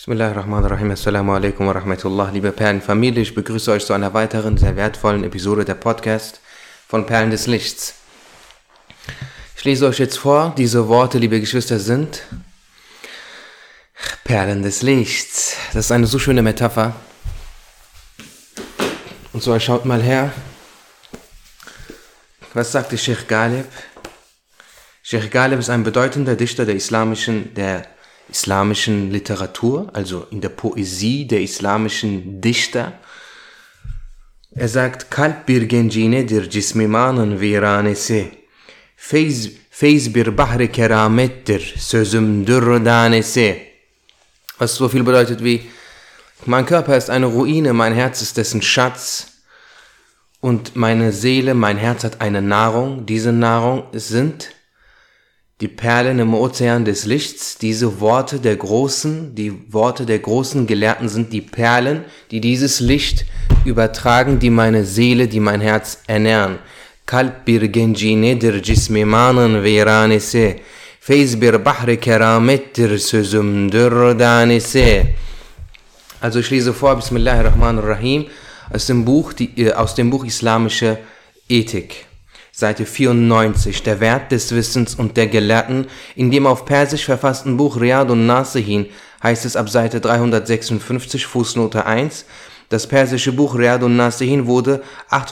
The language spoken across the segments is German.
Bismillahirrahmanirrahim. Assalamu alaikum wa rahmatullah. Liebe Perlenfamilie, ich begrüße euch zu einer weiteren, sehr wertvollen Episode der Podcast von Perlen des Lichts. Ich lese euch jetzt vor, diese Worte, liebe Geschwister, sind Perlen des Lichts. Das ist eine so schöne Metapher. Und so, schaut mal her. Was sagte Sheikh Ghalib? Sheikh Ghalib ist ein bedeutender Dichter der islamischen Literatur, also in der Poesie der islamischen Dichter. Er sagt, Kalb bir gencinedir cismimanın viranesi, feyz bir bahri keramettir, sözümdür danesi. Was so viel bedeutet wie, mein Körper ist eine Ruine, mein Herz ist dessen Schatz und meine Seele, mein Herz hat eine Nahrung. Diese Nahrung sind die Perlen im Ozean des Lichts. Diese Worte der großen Gelehrten sind die Perlen, die dieses Licht übertragen, die meine Seele, die mein Herz ernähren. Kalb bir genci nedir cismimanın viranesi, feyz bir bahri keramettir sözümdür danesi. Also ich lese vor, Bismillahirrahmanirrahim, aus dem Buch Islamische Ethik. Seite 94, der Wert des Wissens und der Gelehrten. In dem auf Persisch verfassten Buch Riyadun Nasihin heißt es ab Seite 356, Fußnote 1, das persische Buch Riyadun Nasihin wurde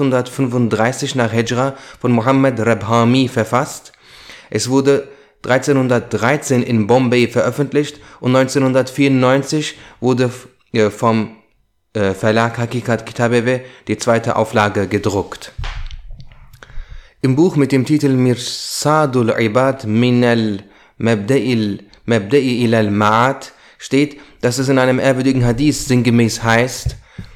835 nach Hijra von Muhammad Rabhami verfasst. Es wurde 1313 in Bombay veröffentlicht und 1994 wurde vom Verlag Hakikat Kitabewe die zweite Auflage gedruckt. Im Buch mit dem Titel Mirsadul Ibad min al-Mabda'i ila al-Ma'ad steht, dass es in einem ehrwürdigen Hadith sinngemäß heißt,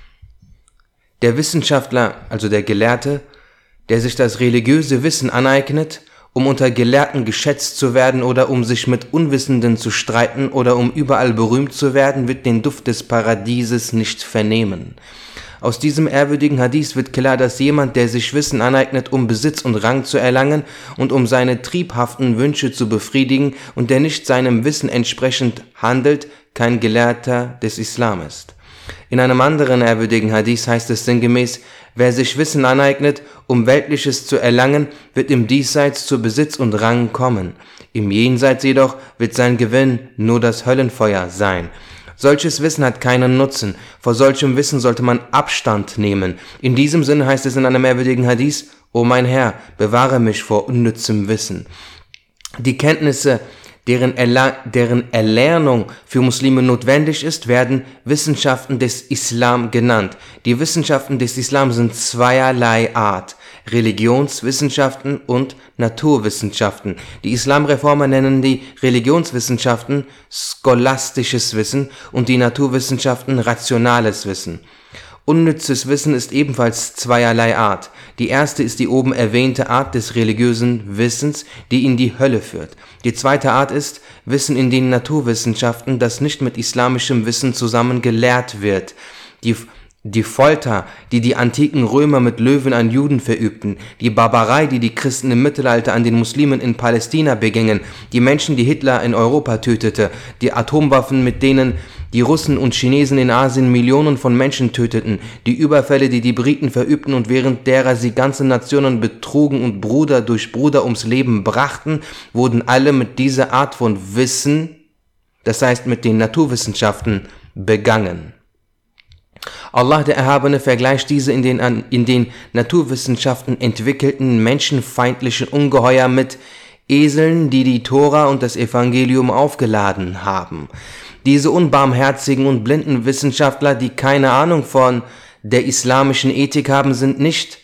der Wissenschaftler, also der Gelehrte, der sich das religiöse Wissen aneignet, um unter Gelehrten geschätzt zu werden oder um sich mit Unwissenden zu streiten oder um überall berühmt zu werden, wird den Duft des Paradieses nicht vernehmen. Aus diesem ehrwürdigen Hadith wird klar, dass jemand, der sich Wissen aneignet, um Besitz und Rang zu erlangen und um seine triebhaften Wünsche zu befriedigen und der nicht seinem Wissen entsprechend handelt, kein Gelehrter des Islam ist. In einem anderen ehrwürdigen Hadith heißt es sinngemäß, wer sich Wissen aneignet, um Weltliches zu erlangen, wird im Diesseits zu Besitz und Rang kommen. Im Jenseits jedoch wird sein Gewinn nur das Höllenfeuer sein. Solches Wissen hat keinen Nutzen. Vor solchem Wissen sollte man Abstand nehmen. In diesem Sinne heißt es in einem ehrwürdigen Hadith, O mein Herr, bewahre mich vor unnützem Wissen. Die Kenntnisse, deren Erlernung für Muslime notwendig ist, werden Wissenschaften des Islam genannt. Die Wissenschaften des Islam sind zweierlei Art: Religionswissenschaften und Naturwissenschaften. Die Islamreformer nennen die Religionswissenschaften scholastisches Wissen und die Naturwissenschaften rationales Wissen. Unnützes Wissen ist ebenfalls zweierlei Art. Die erste ist die oben erwähnte Art des religiösen Wissens, die in die Hölle führt. Die zweite Art ist Wissen in den Naturwissenschaften, das nicht mit islamischem Wissen zusammen gelehrt wird. Die Folter, die die antiken Römer mit Löwen an Juden verübten, die Barbarei, die die Christen im Mittelalter an den Muslimen in Palästina begingen, die Menschen, die Hitler in Europa tötete, die Atomwaffen, mit denen die Russen und Chinesen in Asien Millionen von Menschen töteten, die Überfälle, die die Briten verübten und während derer sie ganze Nationen betrugen und Bruder durch Bruder ums Leben brachten, wurden alle mit dieser Art von Wissen, das heißt mit den Naturwissenschaften, begangen. Allah der Erhabene vergleicht diese in den Naturwissenschaften entwickelten menschenfeindlichen Ungeheuer mit Eseln, die die Tora und das Evangelium aufgeladen haben. Diese unbarmherzigen und blinden Wissenschaftler, die keine Ahnung von der islamischen Ethik haben, sind nicht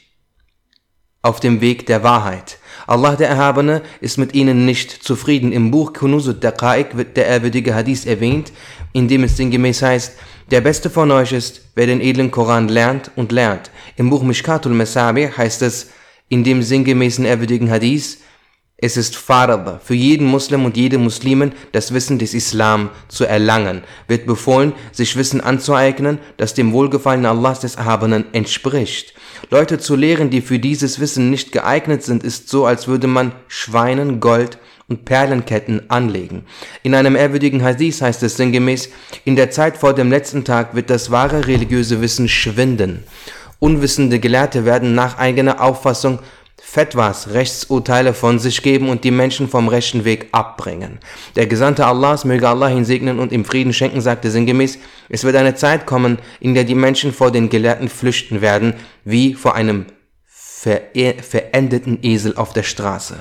auf dem Weg der Wahrheit. Allah der Erhabene ist mit ihnen nicht zufrieden. Im Buch Kunuzud Daqa'iq wird der ehrwürdige Hadith erwähnt, in dem es sinngemäß heißt, der Beste von euch ist, wer den edlen Koran lernt und lernt. Im Buch Mishkatul Masabih heißt es in dem sinngemäßen ehrwürdigen Hadith, es ist Farad für jeden Muslim und jede Muslimin, das Wissen des Islam zu erlangen. Wird befohlen, sich Wissen anzueignen, das dem Wohlgefallen Allahs des Erhabenen entspricht. Leute zu lehren, die für dieses Wissen nicht geeignet sind, ist so, als würde man Schweinen Gold und Perlenketten anlegen. In einem ehrwürdigen Hadith heißt es sinngemäß: In der Zeit vor dem letzten Tag wird das wahre religiöse Wissen schwinden. Unwissende Gelehrte werden nach eigener Auffassung Fetwas, Rechtsurteile von sich geben und die Menschen vom rechten Weg abbringen. Der Gesandte Allahs, möge Allah ihn segnen und ihm Frieden schenken, sagte sinngemäß: Es wird eine Zeit kommen, in der die Menschen vor den Gelehrten flüchten werden, wie vor einem verendeten Esel auf der Straße.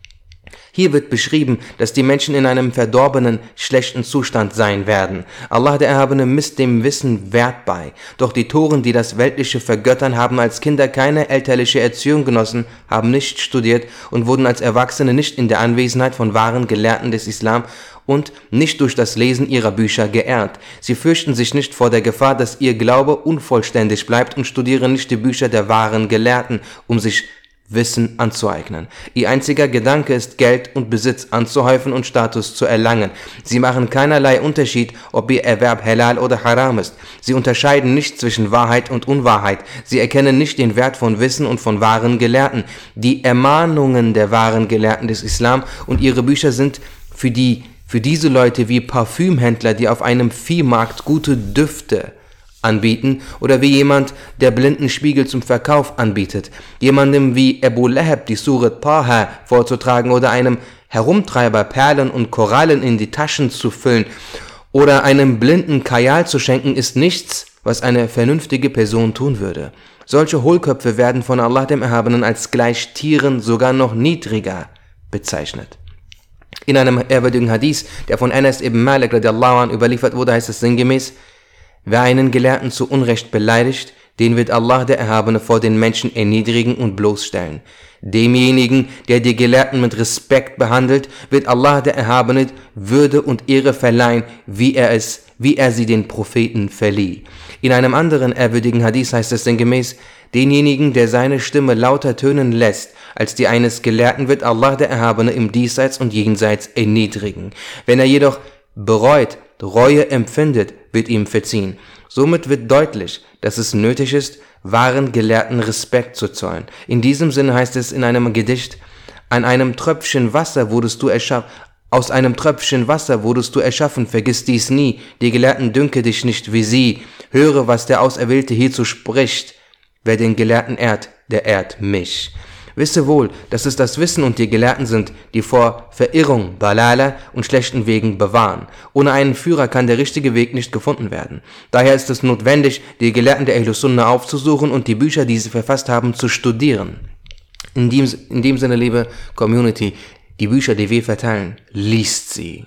Hier wird beschrieben, dass die Menschen in einem verdorbenen, schlechten Zustand sein werden. Allah der Erhabene misst dem Wissen Wert bei. Doch die Toren, die das Weltliche vergöttern, haben als Kinder keine elterliche Erziehung genossen, haben nicht studiert und wurden als Erwachsene nicht in der Anwesenheit von wahren Gelehrten des Islam und nicht durch das Lesen ihrer Bücher geehrt. Sie fürchten sich nicht vor der Gefahr, dass ihr Glaube unvollständig bleibt und studieren nicht die Bücher der wahren Gelehrten, um sich Wissen anzueignen. Ihr einziger Gedanke ist, Geld und Besitz anzuhäufen und Status zu erlangen. Sie machen keinerlei Unterschied, ob ihr Erwerb halal oder haram ist. Sie unterscheiden nicht zwischen Wahrheit und Unwahrheit. Sie erkennen nicht den Wert von Wissen und von wahren Gelehrten. Die Ermahnungen der wahren Gelehrten des Islam und ihre Bücher sind für diese Leute wie Parfümhändler, die auf einem Viehmarkt gute Düfte anbieten, oder wie jemand, der blinden Spiegel zum Verkauf anbietet, jemandem wie Abu Lahab die Sure Taha vorzutragen oder einem Herumtreiber Perlen und Korallen in die Taschen zu füllen oder einem Blinden Kajal zu schenken, ist nichts, was eine vernünftige Person tun würde. Solche Hohlköpfe werden von Allah dem Erhabenen als gleich Tieren sogar noch niedriger bezeichnet. In einem ehrwürdigen Hadith, der von Anas ibn Malik radiallahu anh überliefert wurde, heißt es sinngemäß: Wer einen Gelehrten zu Unrecht beleidigt, den wird Allah der Erhabene vor den Menschen erniedrigen und bloßstellen. Demjenigen, der die Gelehrten mit Respekt behandelt, wird Allah der Erhabene Würde und Ehre verleihen, wie er sie den Propheten verlieh. In einem anderen ehrwürdigen Hadith heißt es sinngemäß: Denjenigen, der seine Stimme lauter tönen lässt als die eines Gelehrten, wird Allah der Erhabene im Diesseits und Jenseits erniedrigen. Wenn er jedoch bereut, Reue empfindet, wird ihm verziehen. Somit wird deutlich, dass es nötig ist, wahren Gelehrten Respekt zu zollen. In diesem Sinne heißt es in einem Gedicht: Aus einem Tröpfchen Wasser wurdest du erschaffen, vergiss dies nie. Die Gelehrten dünke dich nicht wie sie. Höre, was der Auserwählte hierzu spricht. Wer den Gelehrten ehrt, der ehrt mich. Wisse wohl, dass es das Wissen und die Gelehrten sind, die vor Verirrung, Dalala und schlechten Wegen bewahren. Ohne einen Führer kann der richtige Weg nicht gefunden werden. Daher ist es notwendig, die Gelehrten der Ahlus Sunnah aufzusuchen und die Bücher, die sie verfasst haben, zu studieren. In dem Sinne, liebe Community, die Bücher, die wir verteilen, liest sie.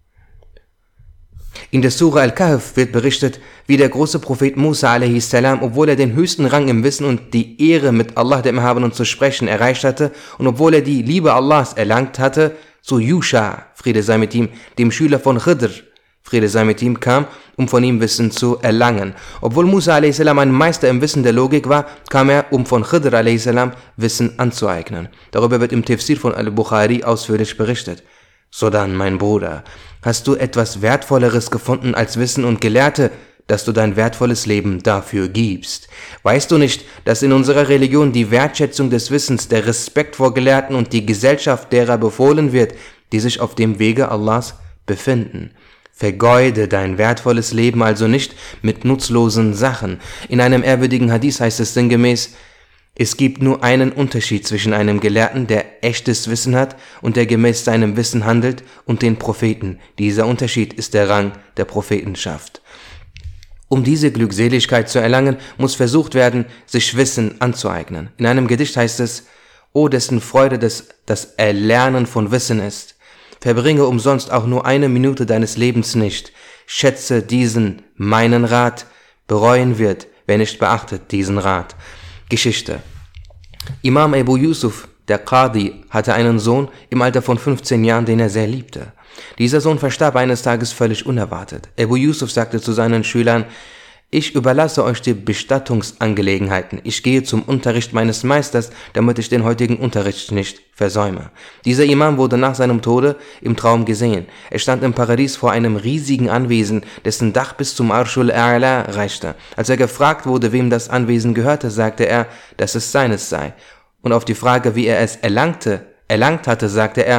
In der Sura Al-Kahf wird berichtet, wie der große Prophet Musa a.s., obwohl er den höchsten Rang im Wissen und die Ehre mit Allah dem Erhabenen zu sprechen erreicht hatte und obwohl er die Liebe Allahs erlangt hatte, zu Yusha, Friede sei mit ihm, dem Schüler von Khidr, Friede sei mit ihm, kam, um von ihm Wissen zu erlangen. Obwohl Musa a.s. ein Meister im Wissen der Logik war, kam er, um von Khidr a.s. Wissen anzueignen. Darüber wird im Tafsir von Al-Bukhari ausführlich berichtet. So dann, mein Bruder, hast du etwas Wertvolleres gefunden als Wissen und Gelehrte, dass du dein wertvolles Leben dafür gibst? Weißt du nicht, dass in unserer Religion die Wertschätzung des Wissens, der Respekt vor Gelehrten und die Gesellschaft derer befohlen wird, die sich auf dem Wege Allahs befinden? Vergeude dein wertvolles Leben also nicht mit nutzlosen Sachen. In einem ehrwürdigen Hadith heißt es sinngemäß: Es gibt nur einen Unterschied zwischen einem Gelehrten, der echtes Wissen hat und der gemäß seinem Wissen handelt, und den Propheten. Dieser Unterschied ist der Rang der Prophetenschaft. Um diese Glückseligkeit zu erlangen, muss versucht werden, sich Wissen anzueignen. In einem Gedicht heißt es: O dessen Freude das Erlernen von Wissen ist, verbringe umsonst auch nur eine Minute deines Lebens nicht. Schätze diesen meinen Rat, bereuen wird, wer nicht beachtet diesen Rat. Geschichte. Imam Abu Yusuf, der Qadi, hatte einen Sohn im Alter von 15 Jahren, den er sehr liebte. Dieser Sohn verstarb eines Tages völlig unerwartet. Abu Yusuf sagte zu seinen Schülern: Ich überlasse euch die Bestattungsangelegenheiten. Ich gehe zum Unterricht meines Meisters, damit ich den heutigen Unterricht nicht versäume. Dieser Imam wurde nach seinem Tode im Traum gesehen. Er stand im Paradies vor einem riesigen Anwesen, dessen Dach bis zum Arshul A'la reichte. Als er gefragt wurde, wem das Anwesen gehörte, sagte er, dass es seines sei. Und auf die Frage, wie er es erlangt hatte, sagte er: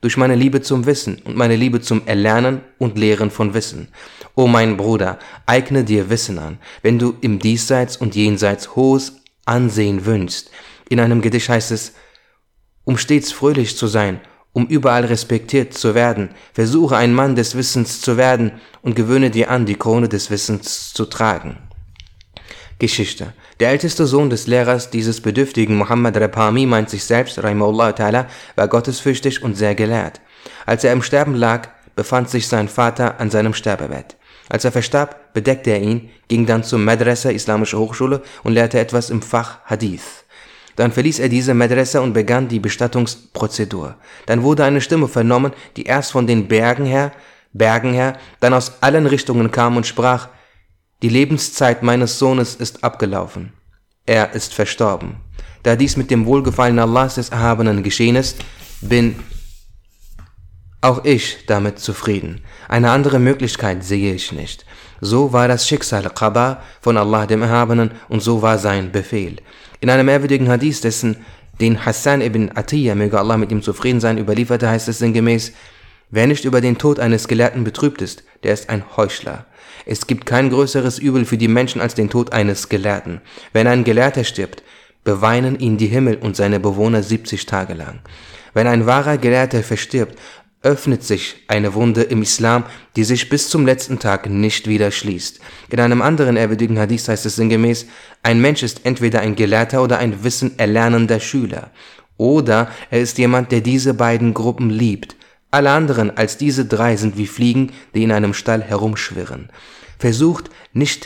durch meine Liebe zum Wissen und meine Liebe zum Erlernen und Lehren von Wissen. O mein Bruder, eigne dir Wissen an, wenn du im Diesseits und Jenseits hohes Ansehen wünschst. In einem Gedicht heißt es, um stets fröhlich zu sein, um überall respektiert zu werden, versuche ein Mann des Wissens zu werden und gewöhne dir an, die Krone des Wissens zu tragen. Geschichte. Der älteste Sohn des Lehrers dieses bedürftigen Muhammad Rapami meint sich selbst, rahimahullah ta'ala, war gottesfürchtig und sehr gelehrt. Als er im Sterben lag, befand sich sein Vater an seinem Sterbebett. Als er verstarb, bedeckte er ihn, ging dann zur Madrasa, islamische Hochschule, und lehrte etwas im Fach Hadith. Dann verließ er diese Madrasa und begann die Bestattungsprozedur. Dann wurde eine Stimme vernommen, die erst von den Bergen her, dann aus allen Richtungen kam und sprach: Die Lebenszeit meines Sohnes ist abgelaufen. Er ist verstorben. Da dies mit dem Wohlgefallen Allahs des Erhabenen geschehen ist, bin auch ich damit zufrieden. Eine andere Möglichkeit sehe ich nicht. So war das Schicksal Qada von Allah dem Erhabenen und so war sein Befehl. In einem ehrwürdigen Hadith, den Hassan ibn Atiyya, möge Allah mit ihm zufrieden sein, überlieferte, heißt es sinngemäß: Wer nicht über den Tod eines Gelehrten betrübt ist, der ist ein Heuchler. Es gibt kein größeres Übel für die Menschen als den Tod eines Gelehrten. Wenn ein Gelehrter stirbt, beweinen ihn die Himmel und seine Bewohner 70 Tage lang. Wenn ein wahrer Gelehrter verstirbt, öffnet sich eine Wunde im Islam, die sich bis zum letzten Tag nicht wieder schließt. In einem anderen ehrwürdigen Hadith heißt es sinngemäß: Ein Mensch ist entweder ein Gelehrter oder ein wissenerlernender Schüler. Oder er ist jemand, der diese beiden Gruppen liebt. Alle anderen als diese drei sind wie Fliegen, die in einem Stall herumschwirren. Versucht nicht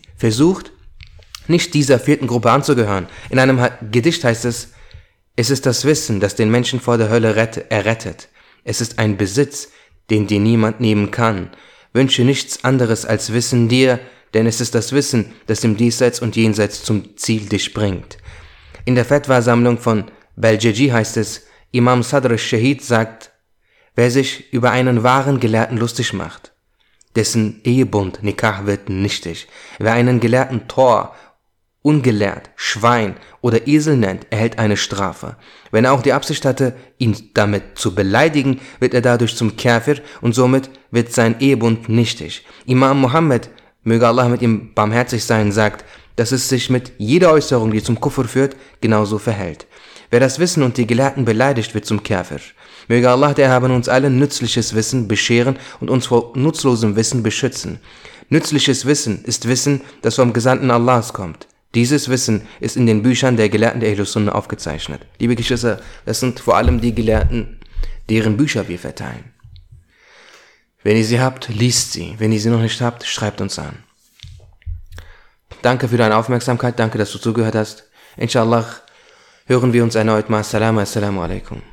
dieser vierten Gruppe anzugehören. In einem Gedicht heißt es: Es ist das Wissen, das den Menschen vor der Hölle errettet. Es ist ein Besitz, den dir niemand nehmen kann. Wünsche nichts anderes als Wissen dir, denn es ist das Wissen, das im Diesseits und Jenseits zum Ziel dich bringt. In der Fatwa-Sammlung von Baljaji heißt es: Imam Sadr al-Shahid sagt: Wer sich über einen wahren Gelehrten lustig macht, dessen Ehebund Nikah wird nichtig. Wer einen Gelehrten Tor, ungelehrt, Schwein oder Esel nennt, erhält eine Strafe. Wenn er auch die Absicht hatte, ihn damit zu beleidigen, wird er dadurch zum Kafir und somit wird sein Ehebund nichtig. Imam Muhammad, möge Allah mit ihm barmherzig sein, sagt, dass es sich mit jeder Äußerung, die zum Kufr führt, genauso verhält. Wer das Wissen und die Gelehrten beleidigt, wird zum Kafir. Möge Allah, der Erhabene, uns allen nützliches Wissen bescheren und uns vor nutzlosem Wissen beschützen. Nützliches Wissen ist Wissen, das vom Gesandten Allahs kommt. Dieses Wissen ist in den Büchern der Gelehrten der Ahlus Sunnah aufgezeichnet. Liebe Geschwister, das sind vor allem die Gelehrten, deren Bücher wir verteilen. Wenn ihr sie habt, liest sie. Wenn ihr sie noch nicht habt, schreibt uns an. Danke für deine Aufmerksamkeit, danke, dass du zugehört hast. Inshallah hören wir uns erneut mal. Assalamu alaikum.